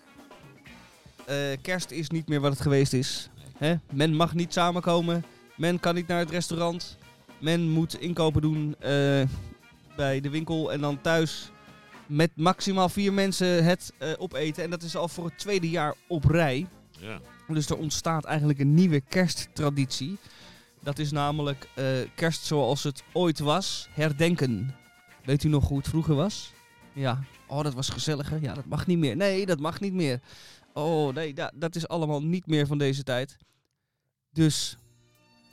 Kerst is niet meer wat het geweest is. Hè? Men mag niet samenkomen. Men kan niet naar het restaurant. Men moet inkopen doen bij de winkel en dan thuis met maximaal 4 mensen het opeten. En dat is al voor het tweede jaar op rij. Ja. Dus er ontstaat eigenlijk een nieuwe kersttraditie. Dat is namelijk kerst zoals het ooit was, herdenken. Weet u nog hoe het vroeger was? Ja. Oh, dat was gezelliger. Ja, dat mag niet meer. Nee, dat mag niet meer. Oh, nee, dat is allemaal niet meer van deze tijd. Dus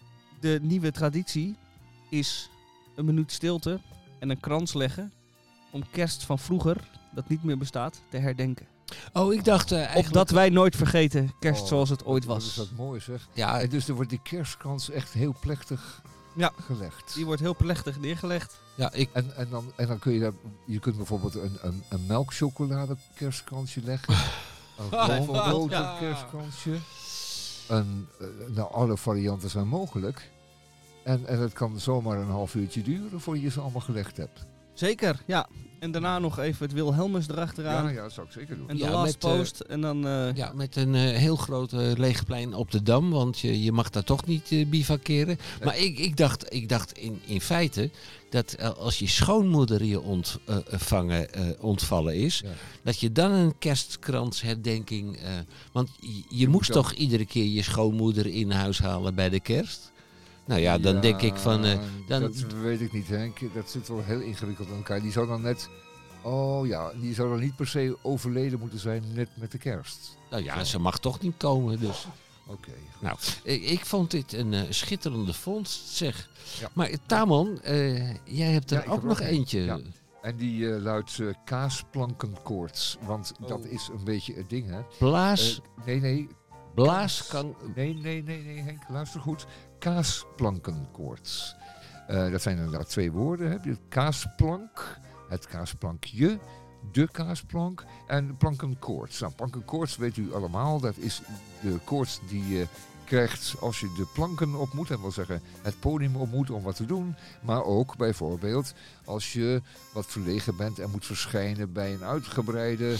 de nieuwe traditie is een minuut stilte en een krans leggen om kerst van vroeger, dat niet meer bestaat, te herdenken. Oh, ik dacht eigenlijk... Opdat wij nooit vergeten kerst zoals het ooit was. Dat is dat mooi zeg. Ja, En dus er wordt die kerstkrans echt heel plechtig gelegd. Die wordt heel plechtig neergelegd. ja, En dan kun je daar, je kunt bijvoorbeeld een melkchocolade kerstkransje leggen. Een boter kerstkransje. Nou, alle varianten zijn mogelijk. En het kan zomaar een half uurtje duren voordat je ze allemaal gelegd hebt. Zeker, ja. En daarna nog even het Wilhelmus erachteraan. Ja, dat zou ik zeker doen. En de last post. En dan, ja, met een heel groot leegplein op de Dam, want je mag daar toch niet bivakeren. Nee. Maar ik dacht in feite dat als je schoonmoeder je ontvallen is, dat je dan een kerstkransherdenking... want je moest toch iedere keer je schoonmoeder in huis halen bij de kerst? Nou ja, dan denk ik van... dat weet ik niet, Henk. Dat zit wel heel ingewikkeld aan elkaar. Die zou dan net... Oh ja, die zou dan niet per se overleden moeten zijn net met de kerst. Nou ja, ze mag toch niet komen, dus... Oké. Nou, ik vond dit een schitterende vondst, zeg. Ja. Maar Tamon, jij hebt er ook nog eentje. Ja. En die luidt kaasplankenkoorts. Want dat is een beetje het ding, hè. Nee. Nee, Henk, luister goed. Kaasplankenkoorts. Dat zijn inderdaad 2 woorden. Heb je het kaasplank, het kaasplankje, de kaasplank en de plankenkoorts. Nou, plankenkoorts weet u allemaal. Dat is de koorts die je krijgt als je de planken op moet. Dat wil zeggen het podium op moet om wat te doen. Maar ook bijvoorbeeld als je wat verlegen bent en moet verschijnen bij een uitgebreide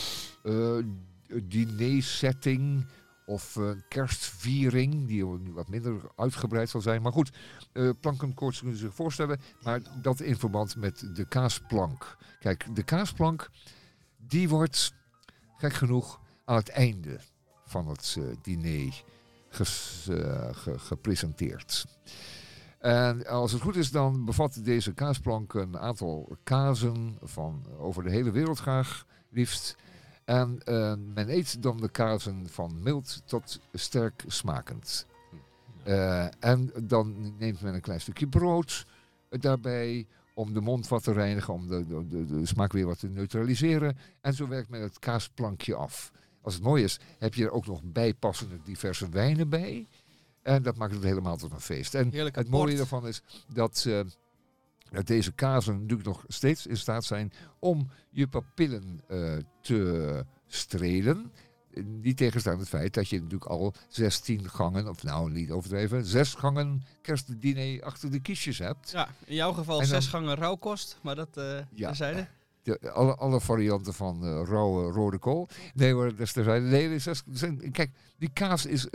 dinersetting. Of kerstviering, die nu wat minder uitgebreid zal zijn. Maar goed, plankenkoorts kunnen zich voorstellen. Maar dat in verband met de kaasplank. Kijk, de kaasplank, die wordt, gek genoeg, aan het einde van het diner gepresenteerd. En als het goed is, dan bevat deze kaasplank een aantal kazen van over de hele wereld graag, liefst. En men eet dan de kazen van mild tot sterk smakend. En dan neemt men een klein stukje brood daarbij om de mond wat te reinigen, om de smaak weer wat te neutraliseren. En zo werkt men het kaasplankje af. Als het mooi is, heb je er ook nog bijpassende diverse wijnen bij. En dat maakt het helemaal tot een feest. En het mooie daarvan is dat deze kazen natuurlijk nog steeds in staat zijn om je papillen te strelen. Niet tegenstaan het feit dat je natuurlijk al 16 gangen, of nou niet overdreven, 6 gangen kerstdiner achter de kistjes hebt. Ja, in jouw geval 6 gangen rauwkost, maar dat terzijde. Alle varianten van rauwe rode kool. Nee hoor, dat is terzijde. Nee, kijk, die kaas is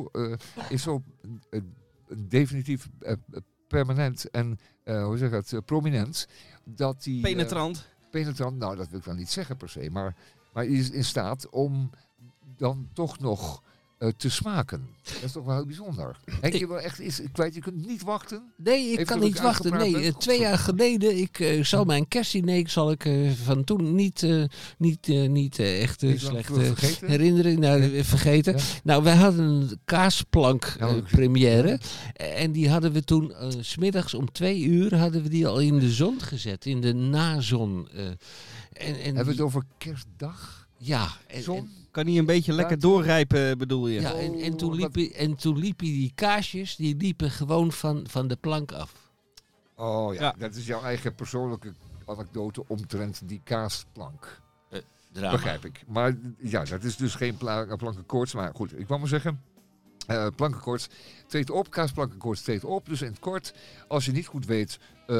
zo definitief permanent en hoe zeg ik het, prominent. Dat die, penetrant, nou dat wil ik dan niet zeggen per se, maar is in staat om dan toch nog te smaken. Dat is toch wel heel bijzonder. Henk, je wel echt is kwijt, je kunt niet wachten? Nee, ik kan niet wachten. Nee, 2 jaar geleden, ik zal mijn kerstdiner van toen niet echt slecht herinneren. Vergeten. Ja. Nou, wij hadden een kaasplank première. En die hadden we toen 's middags om 2 uur hadden we die al in de zon gezet. In de nazon. Hebben we het over kerstdag? Ja. Kan die een beetje lekker doorrijpen, bedoel je? Ja, en toen liepen die kaasjes, die liepen gewoon van de plank af. Oh ja, dat is jouw eigen persoonlijke anekdote omtrent die kaasplank. Begrijp ik. Maar ja, dat is dus geen plankenkoorts. Maar goed, ik wou maar zeggen, plankenkoorts treedt op, kaasplankenkoorts treedt op. Dus in het kort, als je niet goed weet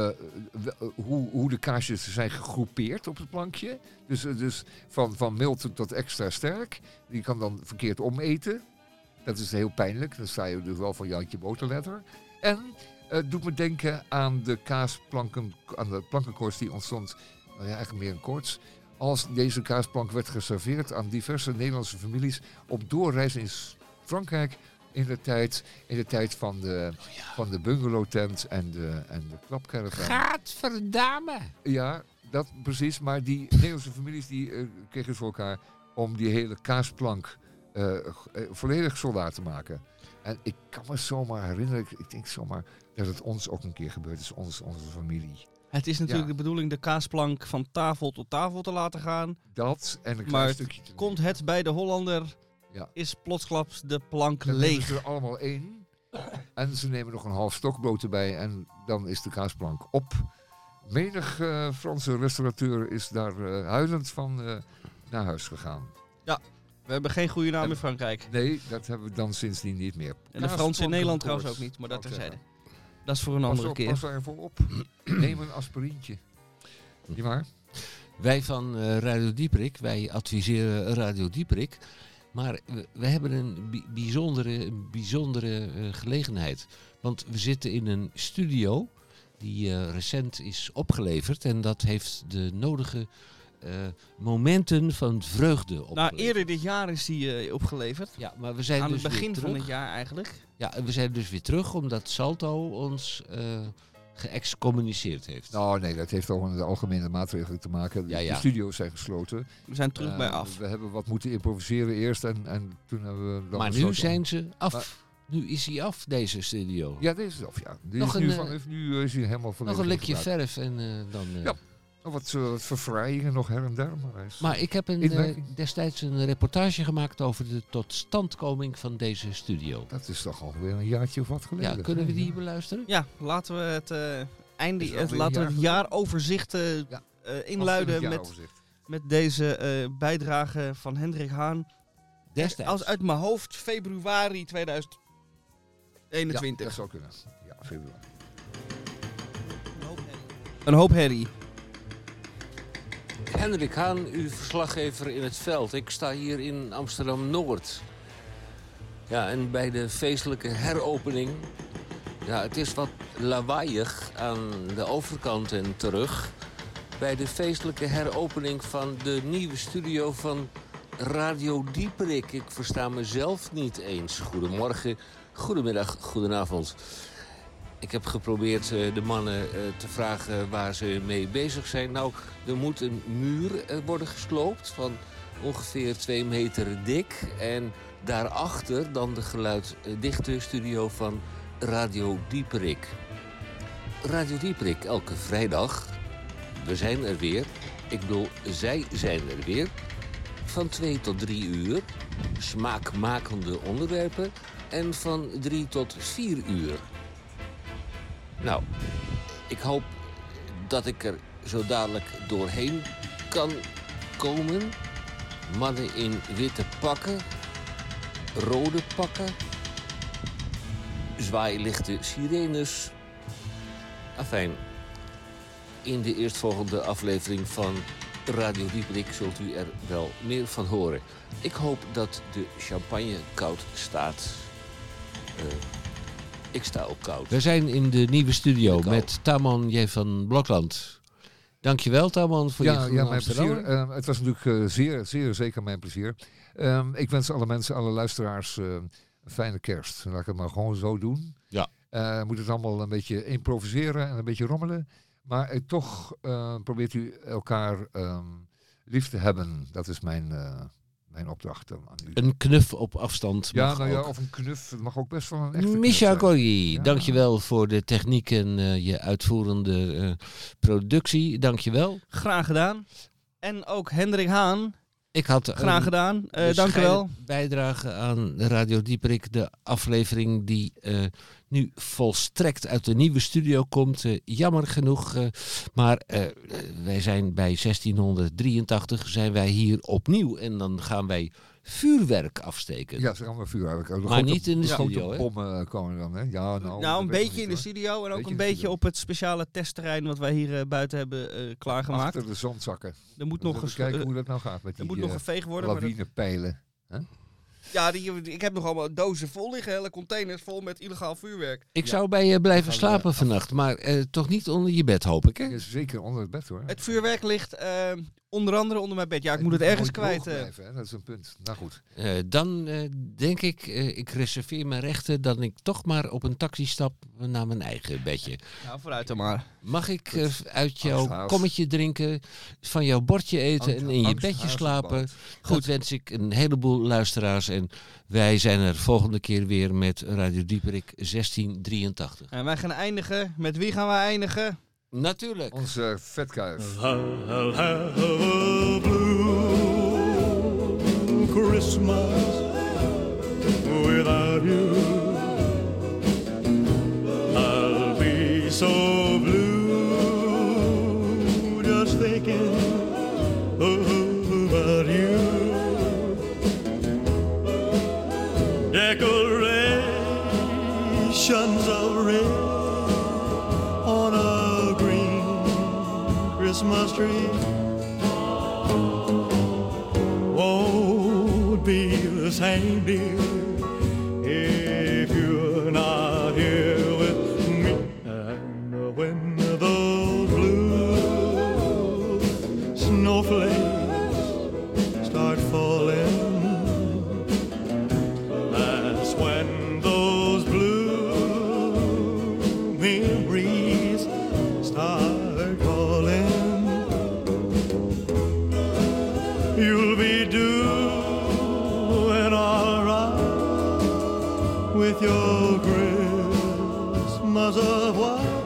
hoe de kaasjes zijn gegroepeerd op het plankje. Dus van mild tot extra sterk. Die kan dan verkeerd ometen. Dat is heel pijnlijk. Dan sta je dus wel van Jantje Boterletter. En doet me denken aan de plankenkoorts die ontstond. Nou ja, eigenlijk meer een koorts. Als deze kaasplank werd geserveerd aan diverse Nederlandse families op doorreis in Frankrijk. In de tijd van de bungalowtent en de klapcaravan. Gadverdamme! Ja, dat precies. Maar die Nederlandse families die kregen voor elkaar om die hele kaasplank volledig soldaat te maken. En ik kan me zomaar herinneren, ik denk zomaar dat het ons ook een keer gebeurd is, onze familie. Het is natuurlijk de bedoeling de kaasplank van tafel tot tafel te laten gaan. Dat en een klein maar stukje. Komt het bij de Hollander, is plotsklaps de plank leeg. Dan er allemaal 1. En ze nemen nog een half stokbrood erbij en dan is de kaasplank op. Menig Franse restaurateur is daar huilend van naar huis gegaan. Ja, we hebben geen goede naam in Frankrijk. Nee, dat hebben we dan sindsdien niet meer. En de Fransen in Nederland trouwens ook niet, maar dat terzijde. Dat is voor een andere keer. Pas daar even op. Neem een aspirintje. Niet waar? Wij van Radio Dieprik, wij adviseren Radio Dieprik. Maar we hebben een bijzondere gelegenheid. Want we zitten in een studio die recent is opgeleverd. En dat heeft de nodige momenten van vreugde opgeleverd. Nou, eerder dit jaar is die opgeleverd. Ja, maar we zijn aan dus het begin weer van terug. het jaar eigenlijk. Ja, en we zijn dus weer terug omdat Salto ons geëxcommuniceerd heeft. Nou nee, dat heeft al met de algemene maatregelen te maken. Ja. De studio's zijn gesloten. We zijn terug bij af. We hebben wat moeten improviseren eerst en toen hebben we... Maar nu zijn ze af. Maar, nu is hij af, deze studio. Ja, deze is af, ja. Nu is hij helemaal volledig. Nog een likje verf en dan... Ja. Wat verfraaiingen nog her en der. Maar ik heb destijds een reportage gemaakt over de totstandkoming van deze studio. Dat is toch alweer een jaartje of wat geleden. Ja, kunnen we die beluisteren? Ja, laten we het jaaroverzicht inluiden met deze bijdrage van Hendrik Haan. Destijds. Als uit mijn hoofd februari 2021. Ja, dat zou kunnen. Ja, februari. Een hoop herrie. Hendrik Haan, uw verslaggever in het veld. Ik sta hier in Amsterdam-Noord. Ja, en bij de feestelijke heropening... Ja, het is wat lawaaiig aan de overkant en terug. Bij de feestelijke heropening van de nieuwe studio van Radio Dieprik. Ik versta mezelf niet eens. Goedemorgen, goedemiddag, goedenavond. Ik heb geprobeerd de mannen te vragen waar ze mee bezig zijn. Nou, er moet een muur worden gesloopt van ongeveer 2 meter dik. En daarachter dan de geluiddichte studio van Radio Dieprik. Radio Dieprik, elke vrijdag. We zijn er weer. Ik bedoel, zij zijn er weer. Van 2 tot 3 uur. Smaakmakende onderwerpen. En van 3 tot 4 uur. Nou, ik hoop dat ik er zo dadelijk doorheen kan komen. Mannen in witte pakken, rode pakken, zwaailichte sirenes. Afijn, in de eerstvolgende aflevering van Radio Dieprik zult u er wel meer van horen. Ik hoop dat de champagne koud staat. Ik sta ook koud. We zijn in de nieuwe studio met Taman J. van Blokland. Dankjewel, Taman, voor je mijn plezier. Het was natuurlijk zeer zeker mijn plezier. Ik wens alle mensen, alle luisteraars een fijne kerst. Laat ik het maar gewoon zo doen. Ja. Moet het allemaal een beetje improviseren en een beetje rommelen. Maar toch probeert u elkaar lief te hebben. Dat is mijn opdracht aan u. Een knuf op afstand mag ook. Of een knuf. Het mag ook best wel een echte Misha Gorgi, dankjewel voor de techniek en je uitvoerende productie. Dankjewel. Graag gedaan. En ook Hendrik Haan. Ik had graag gedaan. Dank u wel. Bijdrage aan Radio Dieprik, de aflevering die nu volstrekt uit de nieuwe studio komt. Jammer genoeg. Maar wij zijn bij 1683 zijn wij hier opnieuw. En dan gaan wij vuurwerk afsteken. Ja, ze gaan we vuurwerk. Maar niet in de studio, hè? Bommen komen dan, hè? Ja, nou een beetje in de studio en ook een beetje op het speciale testterrein wat wij hier buiten hebben klaargemaakt. Achter de zandzakken. Er moet nog eens kijken hoe dat nou gaat met die moet nog geveegd worden. Lawinepijlen. Huh? Ja, ik heb nog allemaal dozen vol liggen, hele containers vol met illegaal vuurwerk. Ik zou bij je blijven slapen vannacht, maar toch niet onder je bed, hoop ik, hè? Ja, zeker onder het bed, hoor. Het vuurwerk ligt onder andere onder mijn bed. Ja, ik moet het ergens kwijt. Blijven, hè? Dat is een punt. Nou goed. Dan denk ik reserveer mijn rechten dat ik toch maar op een taxi stap naar mijn eigen bedje. Nou, vooruit dan maar. Mag ik uit jouw kommetje drinken, van jouw bordje eten en in je bedje slapen? Goed, wens ik een heleboel luisteraars en wij zijn er volgende keer weer met Radio Dieperik 1683. En wij gaan eindigen. Met wie gaan we eindigen? Natuurlijk. Onze vetkuif. I'll have a blue Christmas without you. I'll be so blue just thinking about you. Decorations of red on a green Christmas tree won't be the same, dear, if you're not here with me. And when those blue snowflakes start falling, that's when those blue memories start calling. You'll be doing all right with your Christmas of white,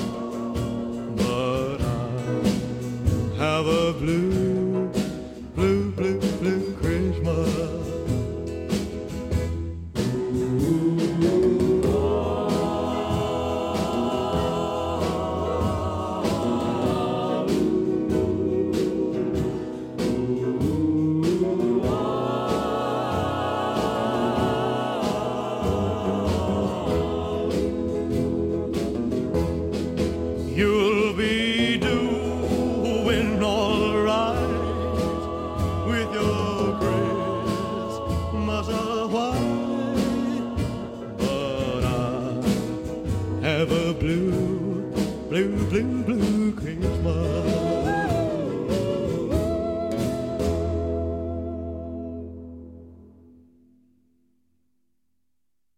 but I have a blue, blue, blue, blue Christmas. You'll be doing all right with your Christmas of white, but I have a blue, blue, blue, blue Christmas.